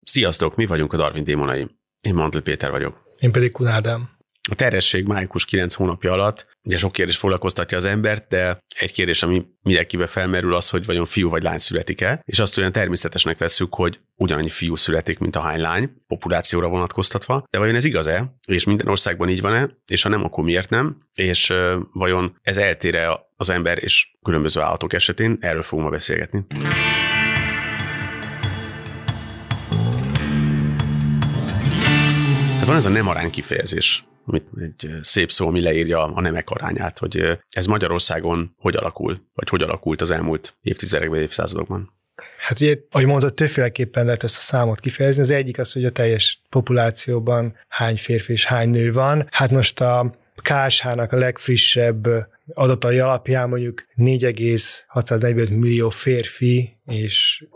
Sziasztok, mi vagyunk a Darwin démonai. Én Mantl Péter vagyok. Én pedig Kun Ádám. A terhesség május 9 hónapja alatt ugye sok kérdés foglalkoztatja az embert, de egy kérdés, ami mindenkiben felmerül az, hogy vajon fiú vagy lány születik-e, és azt olyan természetesnek vesszük, hogy ugyanannyi fiú születik, mint ahány lány, populációra vonatkoztatva, de vajon ez igaz-e, és minden országban így van-e, és ha nem, akkor miért nem, és vajon ez eltér-e az ember és különböző állatok esetén, erről fogunk ma beszélgetni. Van ez a nem arány kifejezés, egy szép szó, ami leírja a nemek arányát, hogy ez Magyarországon hogy alakul, vagy hogy alakult az elmúlt évtizedekben, évszázadokban? Hát ugye, ahogy mondtad, többféleképpen lehet ezt a számot kifejezni. Az egyik az, hogy a teljes populációban hány férfi és hány nő van. Hát most a KSH-nak a legfrissebb adatai alapján mondjuk 4,645 millió férfi és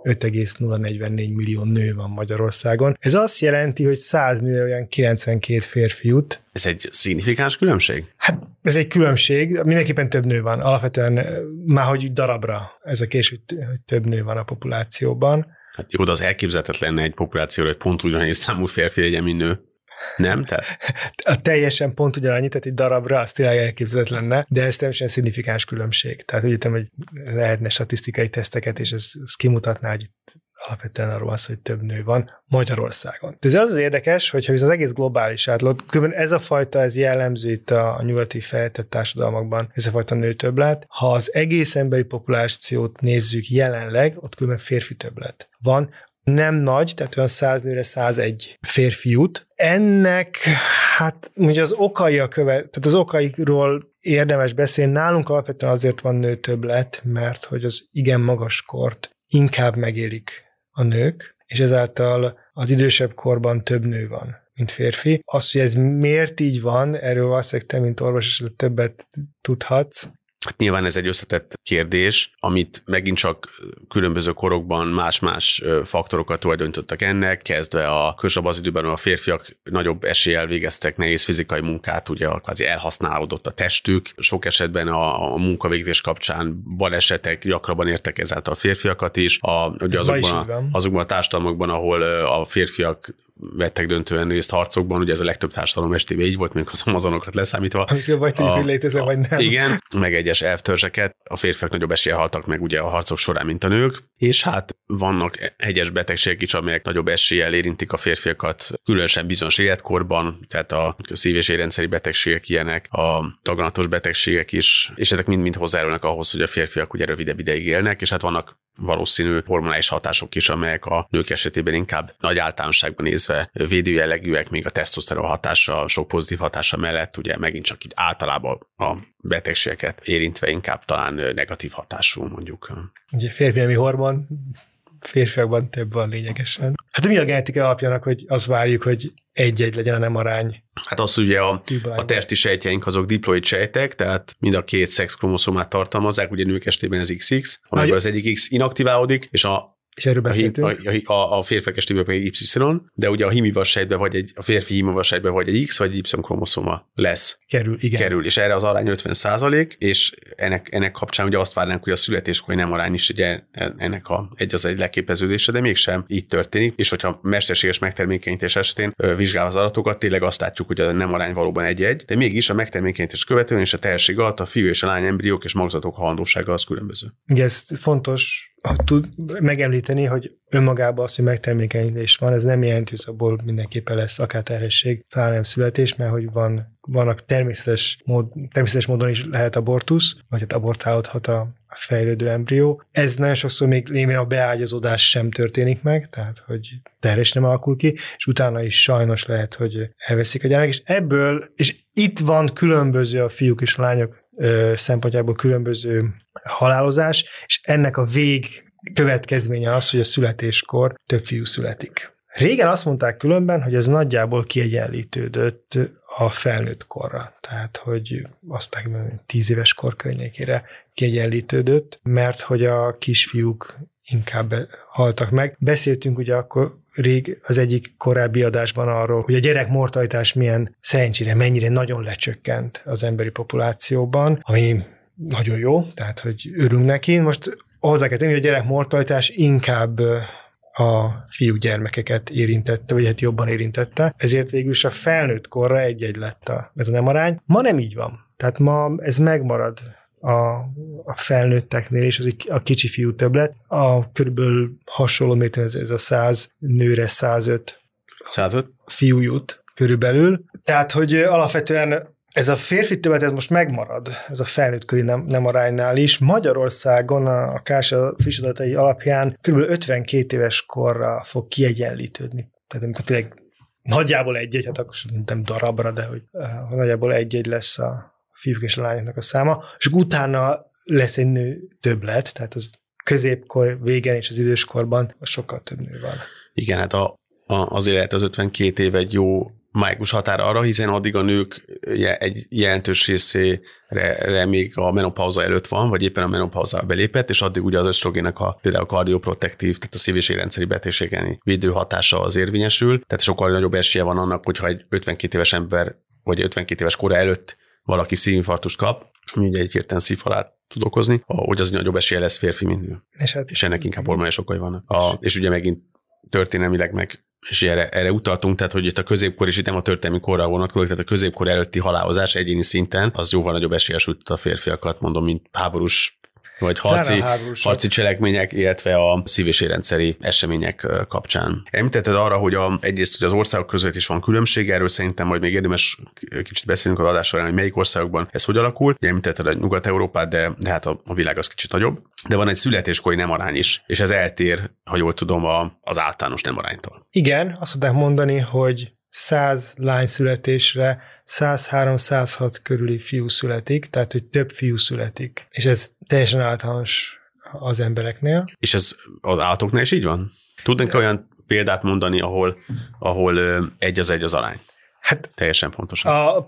5,044 millió nő van Magyarországon. Ez azt jelenti, hogy 100 nőre olyan 92 férfi jut. Ez egy szignifikáns különbség? Hát ez egy különbség, mindenképpen több nő van. Alapvetően már hogy darabra ez a késő, hogy több nő van a populációban. Hát jó, de az elképzelhetetlen lenne egy populációra, hogy pont ugyanannyi számú férfi legyen, mint nő. Nem? Tehát... A teljesen pont ugyanannyi, tehát egy darabra, az tényleg elképzelhetetlen lenne, de ez teljesen szignifikáns különbség. Tehát úgy értem, hogy lehetne statisztikai teszteket, és ez kimutatná, hogy itt alapvetően arról az, hogy több nő van Magyarországon. Ez az érdekes, hogyha az egész globális átlag, különben ez a fajta, ez jellemző itt a nyugati fejlettebb társadalmakban, ez a fajta nőtöbblet. Ha az egész emberi populációt nézzük jelenleg, ott különben férfi többlet van. Nem nagy, tehát olyan 100 nőre 101 férfi jut. Ennek, hát ugye az okai tehát az okairól érdemes beszélni. Nálunk alapvetően azért van nőtöbblet, mert hogy az igen magas kort inkább megélik a nők, és ezáltal az idősebb korban több nő van, mint férfi. Az, hogy ez miért így van, erről valószínűleg te, mint orvos, többet tudhatsz. Hát nyilván ez egy összetett kérdés, amit megint csak különböző korokban más-más faktorokat tulajdonítottak ennek, kezdve a kősabban az időben a férfiak nagyobb eséllyel végeztek nehéz fizikai munkát, ugye kvázi elhasználódott a testük, sok esetben a munkavégzés kapcsán balesetek gyakrabban értek ezáltal a férfiakat is, ugye azokban a társadalmakban, ahol a férfiak vettek döntően részt harcokban, ugye ez a legtöbb társadalom estében így volt, mondjuk az amazonokat leszámítva. Amikor vagy tudjuk, hogy létezik, vagy nem. Igen, meg egyes elvtörzseket, a férfiak nagyobb eséllyel haltak meg ugye a harcok során, mint a nők, és hát vannak egyes betegségek is, amelyek nagyobb eséllyel érintik a férfiakat, különösen bizonyos életkorban, tehát a szív- és érrendszeri betegségek ilyenek, a daganatos betegségek is, és ezek mind hozzájárulnak ahhoz, hogy a férfiak ugye rövidebb ideig élnek, és hát vannak valószínű hormonális hatások is, amelyek a nők esetében inkább nagy általánosságban nézve védőjellegűek, még a tesztoszteron hatása, sok pozitív hatása mellett, ugye megint csak így általában a betegségeket érintve inkább talán negatív hatású, mondjuk. Ugye férfiami hormon, férfiakban több van lényegesen. Hát mi a genetika alapjának, hogy azt várjuk, hogy egy-egy legyen a nem arány? Hát az ugye a testi sejtjeink azok diploid sejtek, tehát mind a két szexkromoszomát tartalmazzák, ugye nők esetében ez XX, amelyben az egyik X inaktiválódik, és erről beszéltünk. A férfiak esetében pedig Y, de ugye a hímivas sejtben a férfi hímivas sejtben vagy egy X vagy egy Y kromoszoma lesz. Kerül, és erre az arány 50%, és ennek kapcsán ugye azt várnánk, hogy a születéskori nem arány is ugye ennek egy az egy leképeződése, de mégsem így történik, és hogyha mesterséges megtermékenyítés esetén vizsgálva az adatokat, tényleg azt látjuk, hogy a nem arány valóban 1-1, de mégis a megtermékenyítés követően és a terhesség alatt a fiú és a lány embriók és magzatok halandósága az különböző. Igen, ez fontos tud megemlíteni, hogy önmagában az, hogy megtermékenyítés van, ez nem jelenti, hogy abból mindenképpen lesz akár terhesség, pláne nem születés, mert hogy vannak természetes módon is lehet abortusz, vagy hát abortálódhat a fejlődő embrió. Ez nagyon sokszor még lévén a beágyazódás sem történik meg, tehát hogy terhes nem alakul ki, és utána is sajnos lehet, hogy elveszik a gyermek, és itt van különböző a fiúk és a lányok szempontjából különböző halálozás, és ennek a következménye az, hogy a születéskor több fiú születik. Régen azt mondták különben, hogy ez nagyjából kiegyenlítődött a felnőtt korra. Tehát, hogy azt mondták, 10 éves kor környékére kiegyenlítődött, mert hogy a kisfiúk inkább haltak meg. Beszéltünk ugye akkor rég az egyik korábbi adásban arról, hogy a gyerekmortalitás milyen szerencsére, mennyire nagyon lecsökkent az emberi populációban, ami nagyon jó, tehát hogy örülünk neki. Most hozzá kell tenni, hogy a gyerekmortalitás inkább a fiúgyermekeket érintette, vagy hát jobban érintette, ezért végül is a felnőtt korra 1-1 lett ez a nemarány. Ma nem így van. Tehát ma ez megmarad a felnőtteknél is, a kicsi fiú többlet. Körülbelül hasonló mértékben ez a 100 nőre 105 fiú jut körülbelül. Tehát, hogy alapvetően ez a férfi többlet, ez most megmarad, ez a felnőtt köri nemaránynál is. Magyarországon a KSH friss adatai alapján kb. 52 éves korra fog kiegyenlítődni. Tehát amikor tényleg nagyjából 1-1, hát akkor nem darabra, de hogy nagyjából 1-1 lesz a fiúk és a lányoknak a száma, és utána lesz egy nő többlet, tehát az középkor végén és az időskorban sokkal több nő van. Igen, hát azért lehet az 52 év egy jó május határ arra, hiszen addig a nők egy jelentős részére még a menopauza előtt van, vagy éppen a menopauzába belépett, és addig ugye az ösztrogének például a kardioprotektív, tehát a szív- és érrendszeri betegség elleni védő hatása az érvényesül, tehát sokkal nagyobb esélye van annak, hogyha egy 52 éves ember, vagy 52 éves kora előtt valaki szívinfarktust kap, ami ugye egyértelműen szívhalál tud okozni, hogy az nagyobb esélye lesz férfi, mint nő. És ennek inkább hormonális okai vannak. És ugye megint történelmileg meg és erre utaltunk, tehát hogy itt a középkor is itt nem a történelmi korra vonatkozik, tehát a középkor előtti halálozás egyéni szinten az jóval nagyobb esélyes sújtotta a férfiakat, mondom, mint háborús vagy harci cselekmények, illetve a szív- és érrendszeri események kapcsán. Említetted arra, hogy egyrészt hogy az országok között is van különbség, erről szerintem majd még érdemes kicsit beszélnünk az adás során, hogy melyik országokban ez hogy alakul. Említetted a Nyugat-Európát, de hát a világ az kicsit nagyobb. De van egy születéskori nemarány is, és ez eltér, ha jól tudom, az általános nemaránytól. Igen, azt tudták mondani, hogy 100 lány születésre 103-106 körüli fiú születik, tehát hogy több fiú születik. És ez teljesen általános az embereknél. És ez az állatoknál is így van? Tudnánk olyan példát mondani, ahol 1:1 az arány? Hát teljesen pontosan.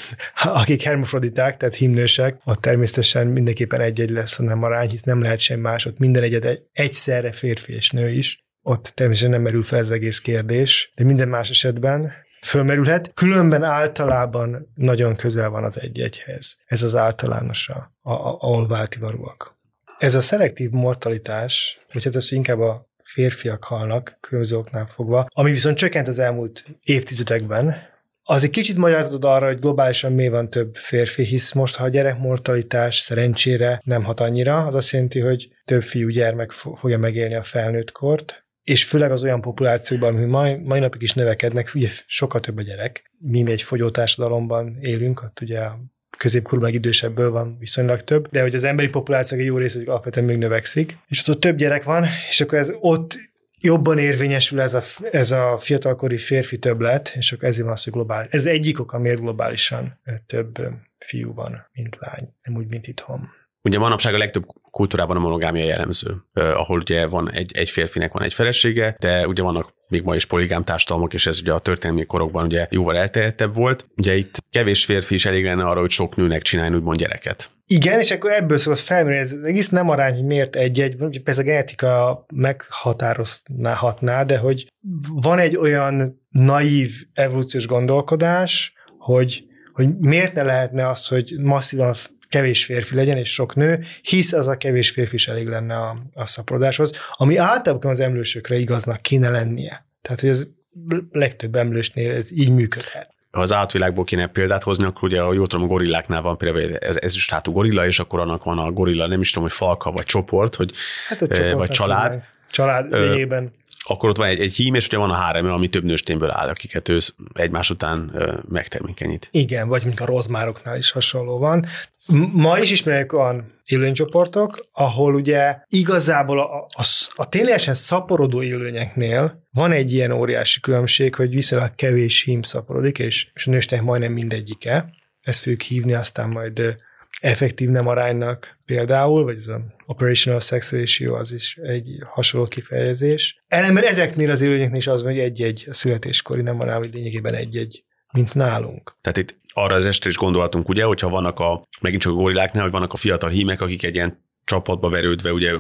Akik hermafroditák, tehát himnősek, ott természetesen mindenképpen 1:1 lesz a nemarány, hisz nem lehet sem más, ott minden egyszerre férfi és nő is. Ott természetesen nem merül fel az egész kérdés, de minden más esetben fölmerülhet. Különben általában nagyon közel van az 1:1-hez. Ez az általános, ahol váltivarúak. Ez a szelektív mortalitás, vagy hát az, hogy inkább a férfiak halnak különböző oknál fogva, ami viszont csökkent az elmúlt évtizedekben, az egy kicsit magyarázatod arra, hogy globálisan miért van több férfi, hisz most, ha a gyerekmortalitás szerencsére nem hat annyira, az azt jelenti, hogy több fiú gyermek fogja megélni a felnőtt kort, és főleg az olyan populációkban, ami mai napig is növekednek, ugye sokkal több a gyerek. Mi egy fogyó társadalomban élünk, ott ugye a középkorú meg idősebből van viszonylag több, de hogy az emberi populációk egy jó része alapvetően még növekszik, és ott több gyerek van, és akkor ez ott jobban érvényesül ez a fiatalkori férfi többlet, és akkor ezért van az, hogy globális. Ez egyik ok, amiért globálisan több fiú van, mint lány, nem úgy, mint itthon. Ugye manapság a legtöbb kultúrában a monogámia jellemző, ahol ugye van egy férfinek van egy felesége, de ugye vannak még ma is poligám társadalmak, és ez ugye a történelmi korokban ugye jóval elterjedtebb volt. Ugye itt kevés férfi is elég lenne arra, hogy sok nőnek csinálni úgymond gyereket. Igen, és akkor ebből szokott felmerülni, ez egész nem arány, hogy miért egy-egy, persze a genetika meghatározhatná, de hogy van egy olyan naív evolúciós gondolkodás, hogy miért ne lehetne az, hogy masszívan kevés férfi legyen, és sok nő, hisz az a kevés férfi is elég lenne a szaporodáshoz, ami általában az emlősökre igaznak kéne lennie. Tehát, hogy ez legtöbb emlősnél ez így működhet. Ha az állatvilágból kéne példát hozni, akkor ugye a jól tudom, a gorilláknál van például ez ezüsthátú gorilla, és akkor annak van a gorilla, nem is tudom, hogy falka, vagy csoport, hogy, vagy család. Család lényében. Akkor ott van egy hím, és ugye van a háreme, ami több nőstényből áll, akiket ő egymás után megtermékenyít. Igen, vagy mondjuk a rozmároknál is hasonló van. Ma is ismerjük olyan élőlénycsoportok, ahol ugye igazából a ténylegesen szaporodó élőlényeknél van egy ilyen óriási különbség, hogy viszonylag kevés hím szaporodik, és a nőstények majdnem mindegyike. Ezt fogjuk hívni aztán majd effektív nemaránynak például, vagy ez a operational sex ratio, az is egy hasonló kifejezés. Ellenben ezeknél az élőlényeknél is az van, hogy egy-egy a születéskori nemarány, hogy lényegében egy-egy, mint nálunk. Tehát itt arra az estre is gondoltunk, ugye, hogyha vannak megint csak a gorilláknál, hogy vannak a fiatal hímek, akik egy ilyen csapatba verődve, ugye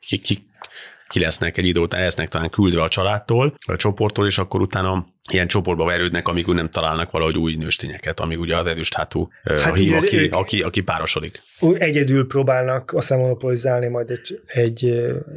ki lesznek egy idő után, lesznek talán küldve a családtól, a csoporttól, és akkor utána ilyen csoportba verődnek, amíg úgy nem találnak valahogy új nőstényeket, amíg ugye az ezüsthátú hím, aki párosodik. Egyedül próbálnak aztán monopolizálni majd egy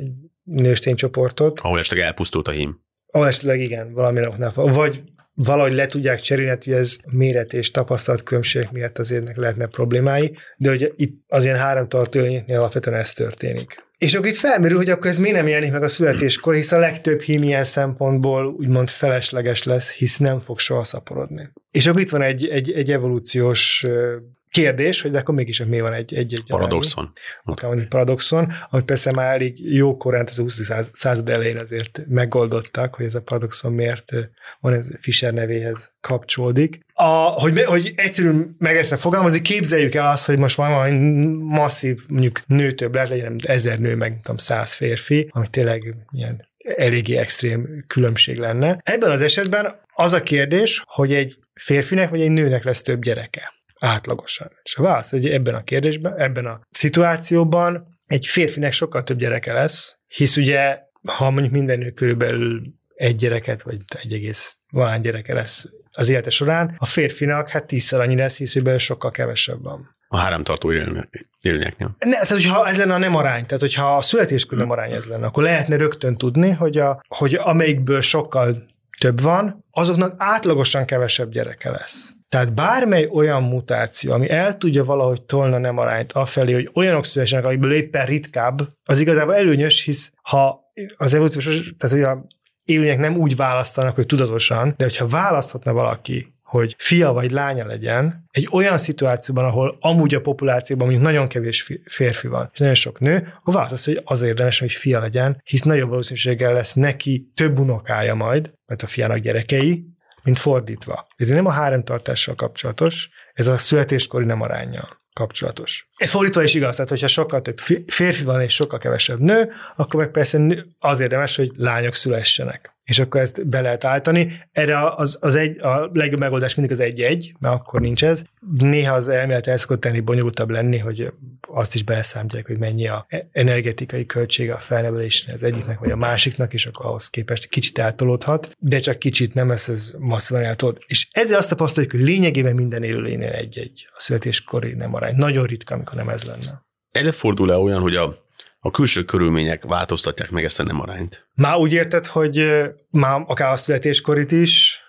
nősténycsoportot. Ahol esetleg elpusztult a hím. Ahol esetleg igen, valamilyen oknál, vagy valahogy le tudják cserélni, hogy ez méret és tapasztalat különbség miatt azért lehetne problémái, de hogy itt az ilyen háromtartó élőlényeknél alapvetően ez történik. És akkor itt felmerül, hogy akkor ez miért nem jelenik meg a születéskor, hisz a legtöbb hím ilyen szempontból úgymond felesleges lesz, hisz nem fog soha szaporodni. És akkor itt van egy evolúciós kérdés, hogy de akkor mégis miért van egy paradoxon. Akár mondjuk paradoxon, amit persze már elég jókorán, az a 20. század elején azért megoldottak, hogy ez a paradoxon miért van, ez Fischer nevéhez kapcsolódik. Hogy egyszerűen meg ezt fogalmazni, képzeljük el azt, hogy most van valami masszív, mondjuk nőtöbblet, legyen 1000 nő, meg 100 férfi, ami tényleg ilyen eléggé extrém különbség lenne. Ebben az esetben az a kérdés, hogy egy férfinek vagy egy nőnek lesz több gyereke. Átlagosan. És a válasz, hogy ebben a kérdésben, ebben a szituációban egy férfinek sokkal több gyereke lesz, hisz ugye, ha mondjuk minden nő körülbelül egy gyereket, vagy 1,valány gyereke lesz az élete során, a férfinak 10-szer annyi lesz, hisz belőle sokkal kevesebb van. A háromtartó élőlényeknél. Tehát, hogyha ez lenne a nem arány, tehát hogyha a születéskor nem arány ez lenne, akkor lehetne rögtön tudni, hogy amelyikből sokkal több van, azoknak átlagosan kevesebb gyereke lesz. Tehát bármely olyan mutáció, ami el tudja valahogy tolni a nem arányt afelé, hogy olyanok szülessenek, amikből éppen ritkább, az igazából előnyös, hisz ha az evolúciós, tehát hogy a élőlények nem úgy választanak, hogy tudatosan, de hogyha választhatna valaki, hogy fia vagy lánya legyen, egy olyan szituációban, ahol amúgy a populációban mondjuk nagyon kevés férfi van, és nagyon sok nő, akkor választasz, hogy az érdemes, hogy fia legyen, hisz nagyobb valószínűséggel lesz neki több unokája majd, mert a fiának gyerekei, mint fordítva. Ez nem a háromtartással kapcsolatos, ez a születéskori nem aránnyal kapcsolatos. Ez fordítva is igaz, tehát hogyha sokkal több férfi van és sokkal kevesebb nő, akkor meg persze az érdemes, hogy lányok szülessenek. És akkor ezt be lehet állítani. Erre a legjobb megoldás mindig az 1-1, mert akkor nincs ez. Néha az elmélet el szokott tenni bonyolultabb lenni, hogy azt is beleszámítják, hogy mennyi a energetikai költsége a felnevelésre az egyiknek vagy a másiknak, és akkor ahhoz képest kicsit eltolódhat, de csak kicsit nem lesz ez masszívan eltolód. És ezzel azt tapasztaljuk, hogy lényegében minden élőlénynél 1-1 a születéskori nem arány. Nagyon ritka, amikor nem ez lenne. Előfordul-e olyan, hogy a külső körülmények változtatják meg ezt a nem arányt? Már úgy érted, hogy már akár a születéskorit is,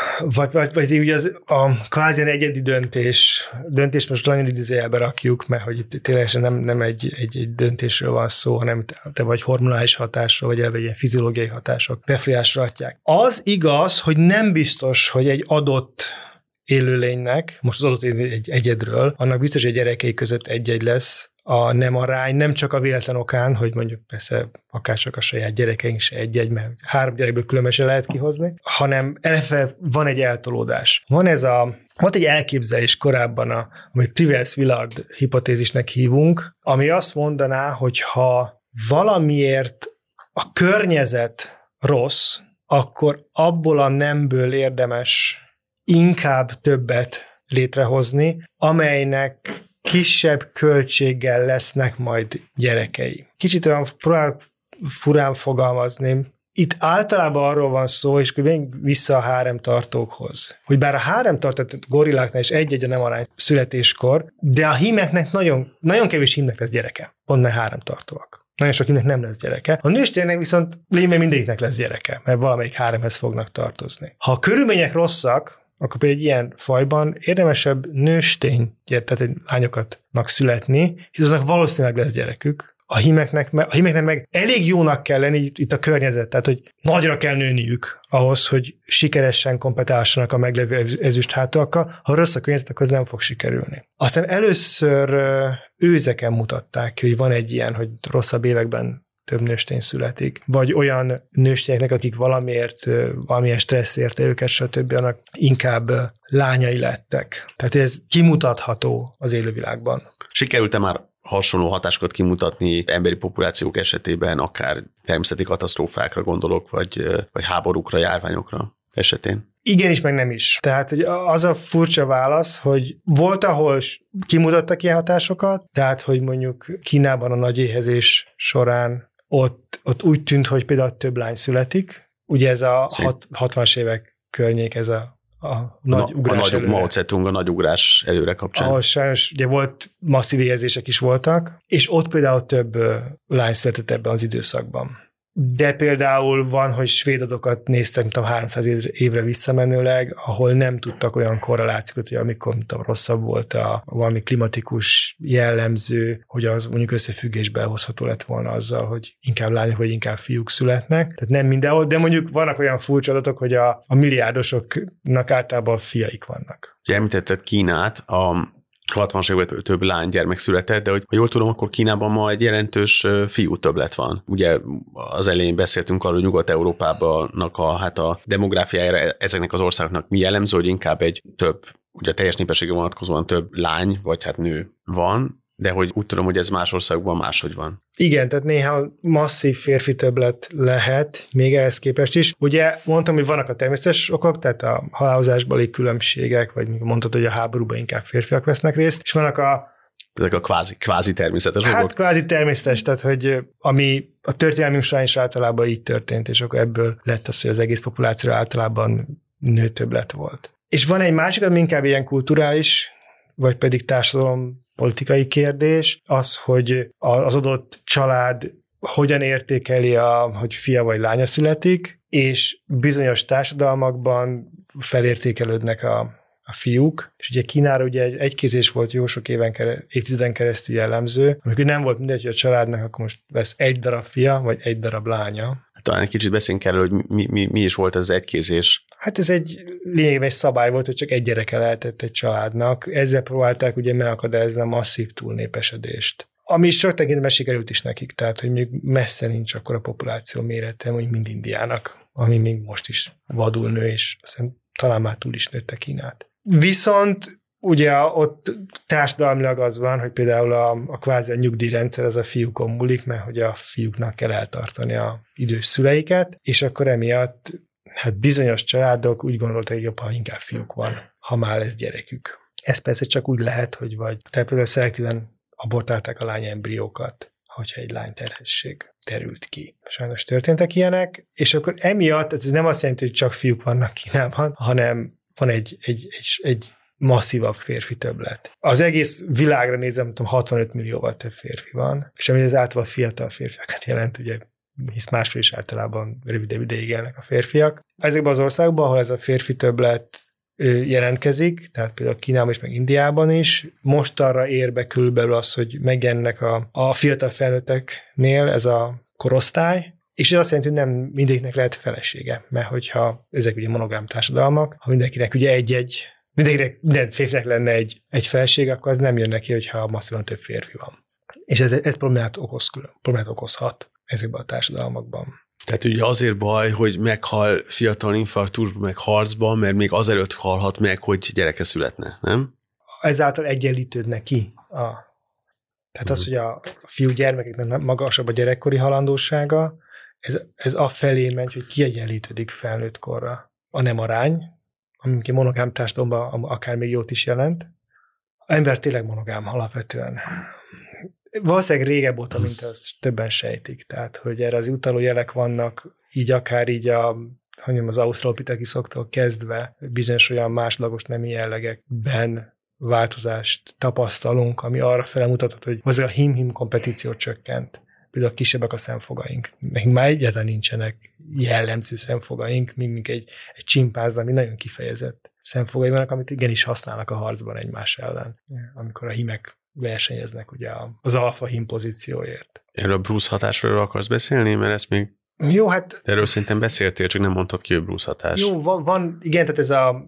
vagy ugye a kvázi egyedi döntés most nagyon idézőjelbe rakjuk, mert hogy itt tényleg nem egy döntésről van szó, hanem te vagy hormonális hatásról, vagy elve ilyen fiziológiai hatások befolyásolhatják. Az igaz, hogy nem biztos, hogy egy adott élőlénynek, most az adott egy egyedről, annak biztos, hogy gyerekei között 1-1 lesz a nem arány, nem csak a véletlen okán, hogy mondjuk persze akár csak a saját gyerekeink se 1-1, mert 3 gyerekből különböző lehet kihozni, hanem eleve van egy eltolódás. Volt egy elképzelés korábban, amit Trivers-Villard hipotézisnek hívunk, ami azt mondaná, hogy ha valamiért a környezet rossz, akkor abból a nemből érdemes inkább többet létrehozni, amelynek kisebb költséggel lesznek majd gyerekei. Kicsit olyan furán fogalmazni. Itt általában arról van szó, és menjünk vissza a háromtartókhoz, hogy bár a háromtartó gorilláknál is 1-1 a nem arány születéskor, de a hímeknek nagyon kevés hímnek lesz gyereke. Pont mert háromtartóak. Nagyon sok hímnek nem lesz gyereke. A nősténynek viszont lényegében mindegyiknek lesz gyereke, mert valamelyik háromhez fognak tartozni. Ha a körülmények rosszak, akkor például egy ilyen fajban érdemesebb nőstény, tehát lányokatnak születni, hisz aznak valószínűleg lesz gyerekük. A hímeknek meg elég jónak kell lenni itt a környezet, tehát hogy nagyra kell nőniük ahhoz, hogy sikeresen kompetálsanak a meglevő ezüsthátúakkal. Ha rossz a környezet, akkor ez nem fog sikerülni. Aztán először őzeken mutatták ki, hogy van egy ilyen, hogy rosszabb években több nőstény születik, vagy olyan nőstényeknek, akik valamilyen stressz érte őket, stb. Annak inkább lányai lettek. Tehát ez kimutatható az élővilágban. Sikerült-e már hasonló hatásokat kimutatni emberi populációk esetében, akár természeti katasztrófákra gondolok, vagy háborúkra, járványokra esetén? Igen is, meg nem is. Tehát az a furcsa válasz, hogy volt, ahol kimutattak ilyen hatásokat, tehát hogy mondjuk Kínában a nagy éhezés során ott úgy tűnt, hogy például több lány születik. Ugye ez a 60-as évek környék, ez a nagy ugrás előre. Mao Zedong a nagy ugrás előre kapcsán. Ahol sajnos ugye volt masszív éhezések is voltak, és ott például több lány született ebben az időszakban. de például van, hogy svéd adatokat néztek, mint a 300 évre visszamenőleg, ahol nem tudtak olyan korrelációt, hogy amikor rosszabb volt valami klimatikus jellemző, hogy az mondjuk összefüggésbe hozható lett volna azzal, hogy inkább lányok vagy inkább fiúk születnek. Tehát nem mindenhol, de mondjuk vannak olyan furcsa adatok, hogy a milliárdosoknak általában fiaik vannak. Ugye említetted Kínát, a 60-as években több lánygyermek született, de hogy ha jól tudom, akkor Kínában ma egy jelentős fiú többlet van. Ugye az elején beszéltünk arról, hogy Nyugat-Európában a demográfiájára ezeknek az országoknak mi jellemző, hogy inkább egy több, ugye a teljes népességre vonatkozóan több lány, vagy nő van, de hogy úgy tudom, hogy ez más országokban máshogy van. Igen, tehát néha masszív férfi többlet lehet, még ehhez képest is. Ugye mondtam, hogy vannak a természetes okok, tehát a halálozásbeli különbségek, vagy mondtad, hogy a háborúban inkább férfiak vesznek részt, és vannak ezek a kvázi természetes okok? Hát kvázi természetes, tehát hogy ami a történelmünk során is általában így történt, és akkor ebből lett az, hogy az egész populáció általában nő többlet volt. És van egy másik, ami inkább ilyen kulturális, vagy pedig társadalom politikai kérdés, az, hogy az adott család hogyan értékeli, hogy fia vagy lánya születik, és bizonyos társadalmakban felértékelődnek a fiúk, és ugye Kínára ugye egy egykézés volt jó sok évtizeden keresztül jellemző, amikor nem volt mindegy, hogy a családnak akkor most lesz egy darab fia, vagy egy darab lánya. Talán egy kicsit beszéljünk erről, hogy mi is volt ez az egykézés. Hát ez lényegében egy szabály volt, hogy csak egy gyereke lehetett egy családnak. Ezzel próbálták ugye megakadályozni a masszív túlnépesedést. Ami sok tekintetben sikerült is nekik, tehát hogy még messze nincs akkor a populáció mérete, mondjuk mind Indiának, ami még most is vadul nő, és aztán talán már túl is nőtte Kínát. Viszont ugye ott társadalmilag az van, hogy például a kvázi a nyugdíjrendszer az a fiúkon múlik, mert hogy a fiúknak kell eltartani a idős szüleiket, és akkor emiatt hát bizonyos családok úgy gondolták, hogy jobb, ha inkább fiúk van, ha már lesz gyerekük. Ez persze csak úgy lehet, hogy tehát például szelektíven abortálták a lány embriókat, hogyha egy lányterhesség terült ki. Sajnos történtek ilyenek, és akkor emiatt, ez nem azt jelenti, hogy csak fiúk vannak Kínában, hanem van egy masszívabb férfi többlet. Az egész világra nézem, 65 millióval több férfi van, és ami az általában fiatal férfiakat jelent, ugye, hisz máshol is általában rövidebb ideig élnek a férfiak. Ezekben az országokban, ahol ez a férfi többlet jelentkezik, tehát például Kínában is, meg Indiában is, most arra ér be körülbelül az, hogy megjelennek a fiatal felnőtteknél ez a korosztály, és ez azt jelenti, hogy nem mindegyiknek lehet felesége, mert hogyha ezek ugye monogám társadalmak, ha mindenkinek ugye minden férfinek lenne egy feleség, akkor az nem jön neki, hogyha masszívan több férfi van. És ez problémát okozhat ezekben a társadalmakban. Tehát ugye azért baj, hogy meghal fiatal infarktusban, meg harcban, mert még azelőtt halhat meg, hogy gyereke születne, nem? Ezáltal egyenlítődne ki. Tehát az, hogy a fiú gyermekeknek magasabb a gyerekkori halandósága, ez afelé megy, hogy kiegyenlítődik felnőtt korra. A nem arány, ami monogám társadalomban akár még jót is jelent. Az ember tényleg monogám alapvetően. Valószínűleg régebb óta, mint azt többen sejtik. Tehát, hogy erre az utaló jelek vannak, így akár így az ausztralopithekusoktól kezdve bizonyos olyan másodlagos nemi jellegekben változást tapasztalunk, ami arra felmutathat, hogy az a him-him kompetíció csökkent. Például kisebbek a szemfogaink. Nekünk már egyáltalán nincsenek jellemző szemfogaink, míg egy csimpánznak, ami nagyon kifejezett szemfogai vannak, amit igenis használnak a harcban egymás ellen, amikor a himek versenyeznek ugye az alfa-hím pozícióért. Erről a Bruce hatásról akarsz beszélni? Mert ezt még... Jó, hát... Erről szerintem beszéltél, csak nem mondtad ki, hogy Bruce hatás. Jó, van igen, tehát ez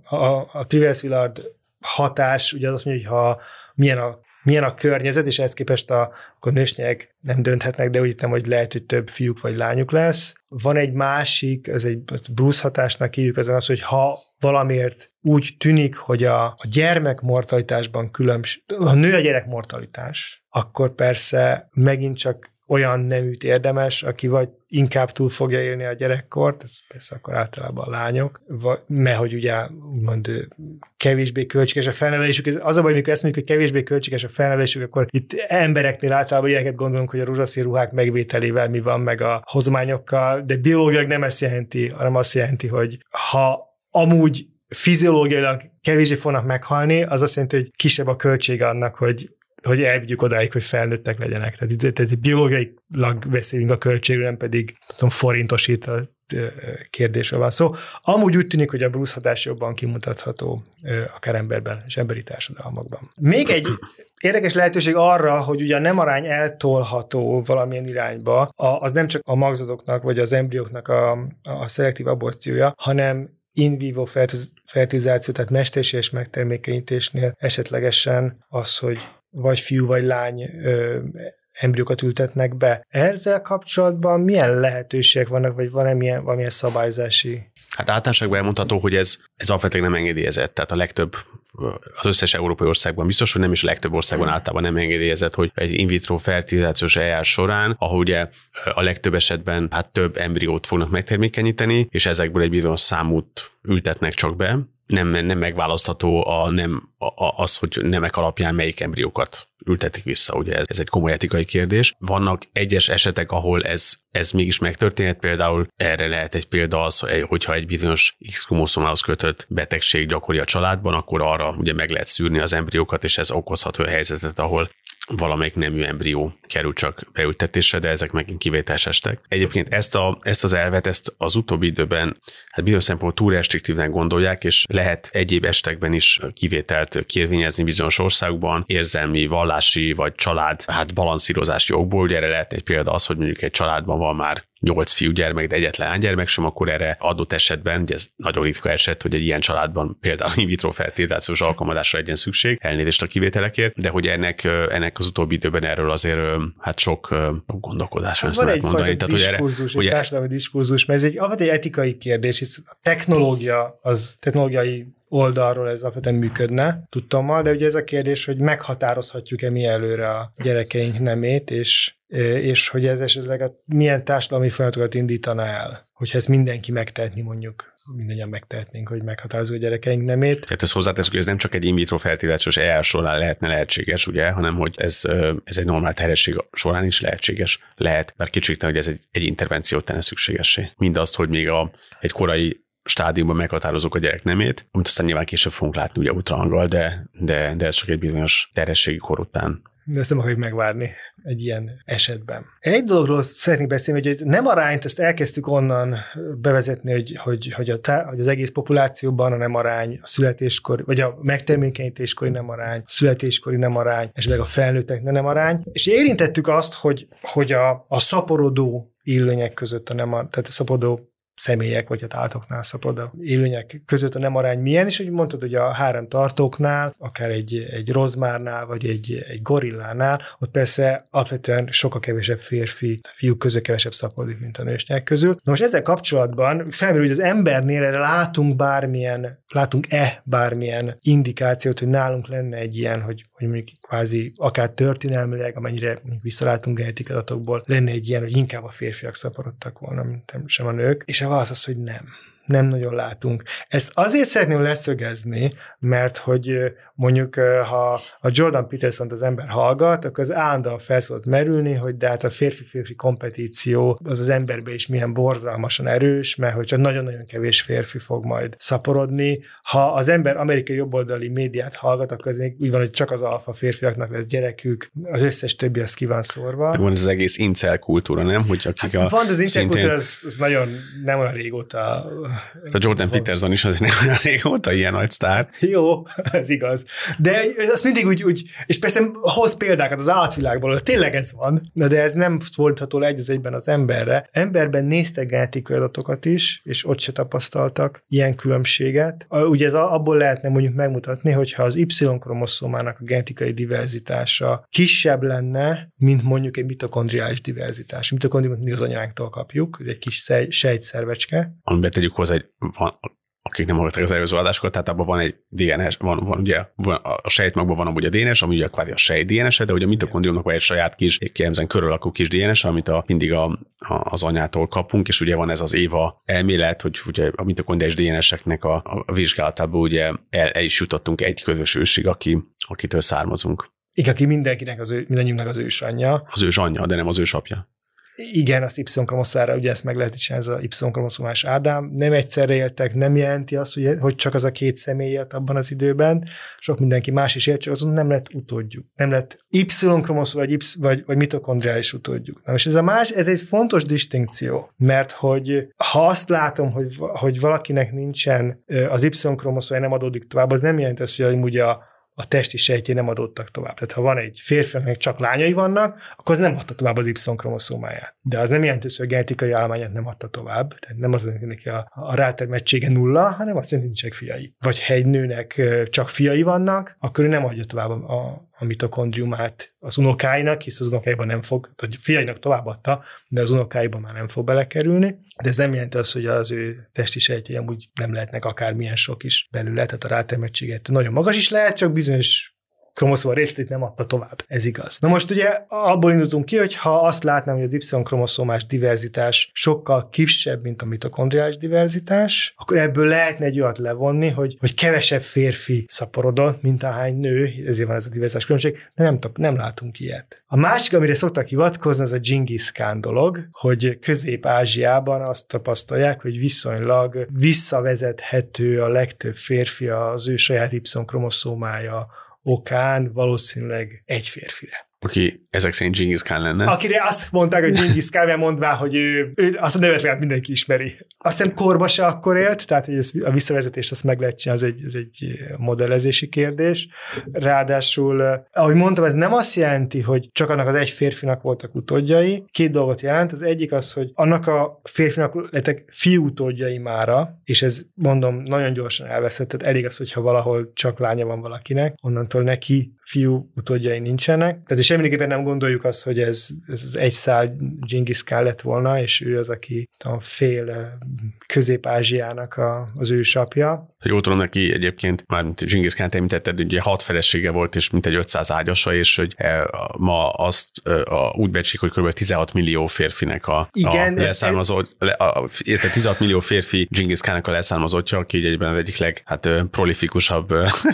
a Trives-Villard hatás, ugye az azt mondja, hogy ha milyen a környezet, és ehhez képest akkor nőstények nem dönthetnek, de úgy hittem, hogy lehet, hogy több fiúk vagy lányuk lesz. Van egy másik, ez egy Bruce hatásnak hívjuk, az, hogy ha valamiért úgy tűnik, hogy a gyermek mortalitásban ha nő a gyerek mortalitás, akkor persze megint csak olyan neműt érdemes, aki vagy inkább túl fogja élni a gyerekkort, ez persze akkor általában a lányok, mert hogy ugye úgymond kevésbé költséges a felnevelésük. Az a baj, amikor ezt mondjuk, hogy kevésbé költséges a felnevelésük, akkor itt embereknél általában ilyeneket gondolunk, hogy a rózsaszín ruhák megvételével mi van, meg a hozományokkal, de biológiailag nem ezt jelenti, hanem azt jelenti, hogy ha amúgy fiziológiailag kevésbé fognak meghalni, az azt jelenti, hogy kisebb a költség annak, hogy hogy elvigyük odáig, hogy felnőttek legyenek. Tehát ez biológiailag beszélünk a költségről, nem pedig forintosított kérdésről van szó. Amúgy úgy tűnik, hogy a Bruce hatás jobban kimutatható akár emberben és emberi társadalmakban. Még egy érdekes lehetőség arra, hogy ugye a nemarány eltolható valamilyen irányba, az nem csak a magzatoknak vagy az embrióknak a szelektív aborciója, hanem in vivo fertilizáció, tehát mesterséges megtermékenyítésnél esetlegesen az, hogy vagy fiú vagy lány embriókat ültetnek be. Ezzel kapcsolatban milyen lehetőségek vannak, vagy van-e valamilyen szabályzási? Hát általánosságban elmondható, hogy ez alapvetően nem engedélyezett. Tehát a legtöbb, az összes európai országban biztos, hogy nem is a legtöbb országban általában nem engedélyezett, hogy egy in vitro fertilizációs eljárás során, ahol ugye a legtöbb esetben hát több embriót fognak megtermékenyíteni, és ezekből egy bizonyos számút ültetnek csak be. Nem megválasztható az, hogy nemek alapján melyik embriókat ültetik vissza, ugye ez egy komoly etikai kérdés. Vannak egyes esetek, ahol ez mégis megtörténhet, például erre lehet egy példa az, hogyha egy bizonyos X-kromoszómához kötött betegség gyakori a családban, akkor arra ugye meg lehet szűrni az embriókat, és ez okozhat olyan helyzetet, ahol valamelyik nemű embrió kerül csak beültetésre, de ezek megint kivételes estek. Egyébként ezt az elvet, ezt az utóbbi időben hát bizonyos szempontból túl restriktívnek gondolják, és lehet egyéb esetekben is kivételt kérvényezni bizonyos országokban, érzelmi, vallási vagy család balanszírozási okból. Ugye erre lehet egy példa az, hogy mondjuk egy családban van már 8 fiúgyermek, de egyetlen lánygyermek sem, akkor erre adott esetben, ugye ez nagyon ritka eset, hogy egy ilyen családban például in vitro fertilizációs alkalmazásra legyen szükség, elnézést a kivételekért, de hogy ennek az utóbbi időben erről azért sok gondolkodás van, ezt lehet mondani. Tehát, diskurzus, egy társadalmi diskurzus, mert ez egy etikai kérdés, hisz a technológiai oldalról ez alapvetően működne, tudtommal, de ugye ez a kérdés, hogy meghatározhatjuk-e mi előre a gyerekeink nemét, és hogy ez esetleg milyen társadalmi folyamatokat indítana el, hogyha ezt mindenki megtehetni, mondjuk mindannyian megtehetnénk, hogy meghatározzuk a gyerekeink nemét. Tehát ezt hozzáteszünk, hogy ez nem csak egy in vitro fertilizációs eljárás során lehetséges, ugye, hanem hogy ez egy normál terhesség során is lehet, mert kétségtelen, hogy ez egy intervenciót tenne szükségessé. Mindazt, hogy még egy korai stádiumban meghatározunk a gyerek nemét, amit aztán nyilván később fogunk látni ugye ultrahanggal, de ez csak egy bizonyos terhességi kor után. De ezt nem akarjuk megvárni egy ilyen esetben. Egy dologról szeretnék beszélni, hogy nem arányt, ezt elkezdtük onnan bevezetni, hogy az egész populációban a nem arány, a születéskor, vagy a megtermékenyítéskori nem arány, a születéskori nem arány, esetleg a felnőttek nem arány. És érintettük azt, hogy a szaporodó élőlények között tehát a szaporodó személyek, vagy a állatoknál szaporodó élőlények között a nem arány milyen, és hogy mondtad, hogy a háromtartóknál, akár egy rozmárnál, vagy egy gorillánál, ott persze alapvetően sokkal kevesebb fiúk között kevesebb szaporodik, mint a nőstény közül. Na most ezzel kapcsolatban felmerül, hogy az embernél erre látunk-e bármilyen indikációt, hogy nálunk lenne egy ilyen, hogy mondjuk kvázi akár történelmileg, amennyire visszalátunk genetikai adatokból, lenne egy ilyen, hogy inkább a férfiak szaporodtak volna, mint sem a nők, és a válasz az, hogy nem nagyon látunk. Ezt azért szeretném leszögezni, mert hogy mondjuk, ha a Jordan Petersont az ember hallgat, akkor az állandóan fel szokott merülni, hogy de hát a férfi-férfi kompetíció az emberben is milyen borzalmasan erős, mert hogy csak nagyon-nagyon kevés férfi fog majd szaporodni. Ha az ember amerikai jobboldali médiát hallgat, akkor ez még úgy van, hogy csak az alfa férfiaknak lesz gyerekük, az összes többi az ki van szórva. Van ez az egész incel kultúra, nem? Hogy akik van az incel kultúra, az nagyon nem olyan régóta. A Jordan Peterson is azért nem olyan régóta ilyen nagy sztár. Jó, ez igaz. De azt mindig úgy, és persze hoz példákat az állatvilágból, tényleg ez van, de ez nem fordítható le egy az egyben az emberre. Emberben néztek genetikai adatokat is, és ott se tapasztaltak ilyen különbséget. Ugye ez abból lehetne mondjuk megmutatni, hogyha az Y-kromoszómának a genetikai diverzitása kisebb lenne, mint mondjuk egy mitokondriális diverzitás. A mitokondriumot mindig az anyánktól kapjuk, egy kis sejtszervecske. Amiben tegyük hozzá, akik nem hallgatták az előző adásokat, tehát abban van egy DNS, van ugye a sejtmagban van amúgy a DNS, ami ugye kvázi a sejt DNS-e, de ugye a mitokondriumnak van egy saját kis, kielemzően körülakú kis DNS, amit mindig az anyától kapunk, és ugye van ez az Éva elmélet, hogy ugye a mitokondriás DNS-eknek a vizsgálatából ugye el is jutottunk egy közös ősig, akitől származunk. Igen, aki mindannyiunknak az ősanyja. Az ősanyja, de nem az ősapja. igen, az Y-kromoszómára, ugye ezt meg lehet is, ez a Y-kromoszómás Ádám, nem egyszerre éltek, nem jelenti azt, hogy csak az a két személy élt abban az időben, sok mindenki más is élt, csak azon nem lett utódjuk. Nem lett Y-kromoszóm vagy mitokondriális utódjuk. Na most ez egy fontos distinkció, mert hogy ha azt látom, hogy valakinek nincsen az Y-kromoszója nem adódik tovább, az nem jelenti azt, hogy ugye a testi sejtjei nem adódtak tovább. Tehát ha van egy férfi, aminek csak lányai vannak, akkor az nem adta tovább az Y-kromoszómáját. De az nem jelenti, hogy a genetikai állományát nem adta tovább. Tehát nem az, hogy neki a rátermettsége nulla, hanem azt jelenti, hogy nincsenek fiai. Vagy ha egy nőnek csak fiai vannak, akkor ő nem adja tovább a mitokondriumát az unokáinak, hisz az unokáiban nem fog, vagy fiainak továbbadta, de az unokáiban már nem fog belekerülni. De ez nem jelenti azt, hogy az ő testi sejtjei amúgy nem lehetnek akármilyen sok is belőle, tehát a rátermettséget nagyon magas is lehet, csak bizonyos kromoszóma részletét nem adta tovább. Ez igaz. Na most ugye abból indultunk ki, hogy ha azt látnám, hogy az Y-kromoszómás diverzitás sokkal kisebb, mint a mitokondriális diverzitás, akkor ebből lehetne egy olyat levonni, hogy kevesebb férfi szaporodott, mint ahány nő, ezért van ez a diverzitás különbség, de nem látunk ilyet. A másik, amire szoktak hivatkozni, az a Dzsingisz Kán dolog, hogy Közép-Ázsiában azt tapasztalják, hogy viszonylag visszavezethető a legtöbb férfi az ő saját Y-kromoszómája okán valószínűleg egy férfire. Aki ezek szerint Dzsingisz Kán lenne. Akire azt mondták, hogy Dzsingisz Kán, mert mondvá, hogy ő azt a nevet legalább mindenki ismeri. Azt hiszem korba se akkor élt, tehát hogy a visszavezetést azt meg lehet csinálni, ez egy modellezési kérdés. Ráadásul, ahogy mondtam, ez nem azt jelenti, hogy csak annak az egy férfinak voltak utódjai. Két dolgot jelent. Az egyik az, hogy annak a férfinak lettek fiú utódjai mára, és ez mondom nagyon gyorsan elveszett, tehát elég az, hogyha valahol csak lánya van valakinek, onnantól neki fiú utódjai nincsenek. Tehát és semmiképpen nem gondoljuk azt, hogy ez az egy szál Dzsingisz Kán lett volna, és ő az, aki a fél Közép-Ázsiának az ősapja. Jól tudom, neki egyébként, már mint Dzsingisz Kánt említetted, ugye 6 felesége volt, és mintegy 500 ágyasa, és hogy ma azt úgy becsik, hogy kb. 16 millió férfinek a leszármazott, 16 millió férfi Dzsingisz Kánnak a leszármazottja, aki így egyben az egyik legprolifikusabb.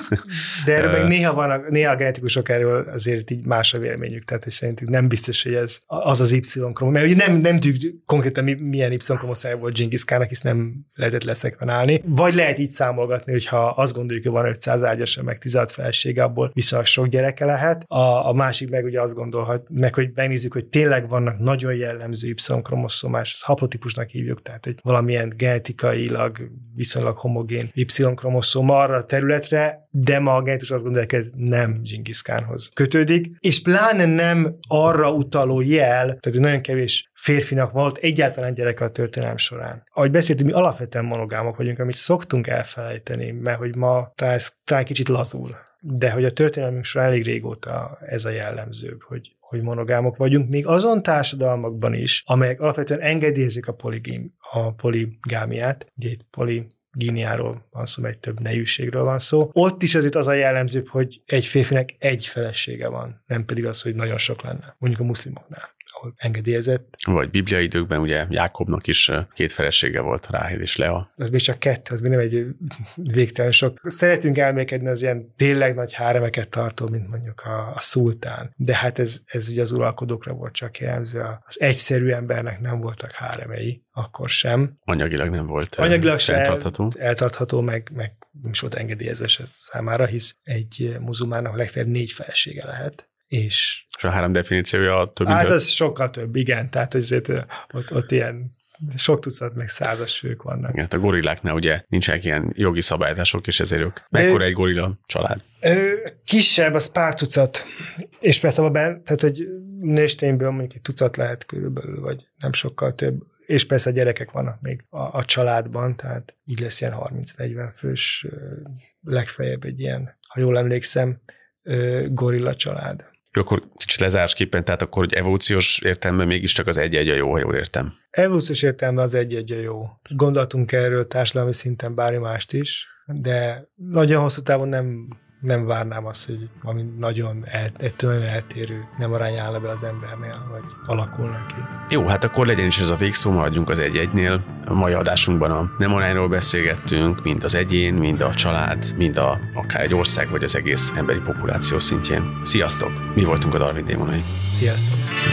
De erről meg néha a genetikusok erről azért így más a véleményük, tehát hogy szerintük nem biztos, hogy ez az Y-kromoszóm, mert ugye nem tudjuk konkrétan milyen Y-kromoszómája volt Dzsingisz Kánnak, hisz nem lehetett leszekvenálni. Vagy lehet így számolgatni, hogyha azt gondoljuk, hogy van 500 ágyasa, meg 16 felesége, abból viszonylag sok gyereke lehet. A másik meg ugye azt gondolhat, meg hogy megnézzük, hogy tényleg vannak nagyon jellemző Y-kromoszómás, ezt haplotípusnak hívjuk, tehát hogy valamilyen genetikailag viszonylag homogén Y-kromoszóma arra a területre, de ma a genetikus azt gondolja, hogy ez nem Dzsingisz Kánhoz kötődik, és pláne nem arra utaló jel, tehát hogy nagyon kevés férfinak volt egyáltalán gyereke a történelem során. Ahogy beszéltünk, mi alapvetően monogámok vagyunk, amit szoktunk elfelejteni, mert hogy ma talán kicsit lazul, de hogy a történelmünk során elég régóta ez a jellemzőbb, hogy monogámok vagyunk, még azon társadalmakban is, amelyek alapvetően engedélyezik a poligámiát, ugye itt poligíniáról van szó, egy több nejűségről van szó. Ott is azért az a jellemzőbb, hogy egy férfinek egy felesége van, nem pedig az, hogy nagyon sok lenne, mondjuk a muszlimoknál, ahol engedélyezett. Vagy bibliai időkben ugye Jákobnak is 2 felesége volt, Ráhél és Lea. Az még csak 2, az még nem egy végtelen sok. Szeretünk elmélkedni az ilyen tényleg nagy háremeket tartó, mint mondjuk a szultán. De hát ez ugye az uralkodókra volt csak jellemző. Az egyszerű embernek nem voltak háremei, akkor sem. Anyagilag nem volt eltartható, meg nem is volt engedélyezve számára, hisz egy muzulmánnak legfeljebb 4 felesége lehet. És a 3 definíciója több, mint hát ez sokkal több, igen. Tehát azért ott ilyen sok tucat, meg 100-as fők vannak. Igen, a gorilláknál ugye nincsenek ilyen jogi szabályozások, és ezért ők. Mekkora egy gorilla család? Kisebb, az pár tucat. És persze tehát, hogy nőstényből mondjuk egy tucat lehet körülbelül, vagy nem sokkal több. És persze a gyerekek vannak még a családban, tehát így lesz ilyen 30-40 fős, legfeljebb egy ilyen, ha jól emlékszem, gorilla család. Jó, akkor kicsit lezárásképpen, tehát akkor, hogy evolúciós értelemben mégiscsak az egy-egy a jó, ha jól értem. Evolúciós értelemben az egy-egy a jó. Gondoltunk erről társadalmi szinten bármi mást is, de nagyon hosszú távon nem várnám azt, hogy valami ettől nagyon eltérő nem arány állna be az embernél, vagy alakulnak ki. Jó, hát akkor legyen is ez a végszó, maradjunk az egy-egynél. A mai adásunkban a nem arányról beszélgettünk, mind az egyén, mind a család, mind akár egy ország, vagy az egész emberi populáció szintjén. Sziasztok! Mi voltunk a Darwin démonai. Sziasztok!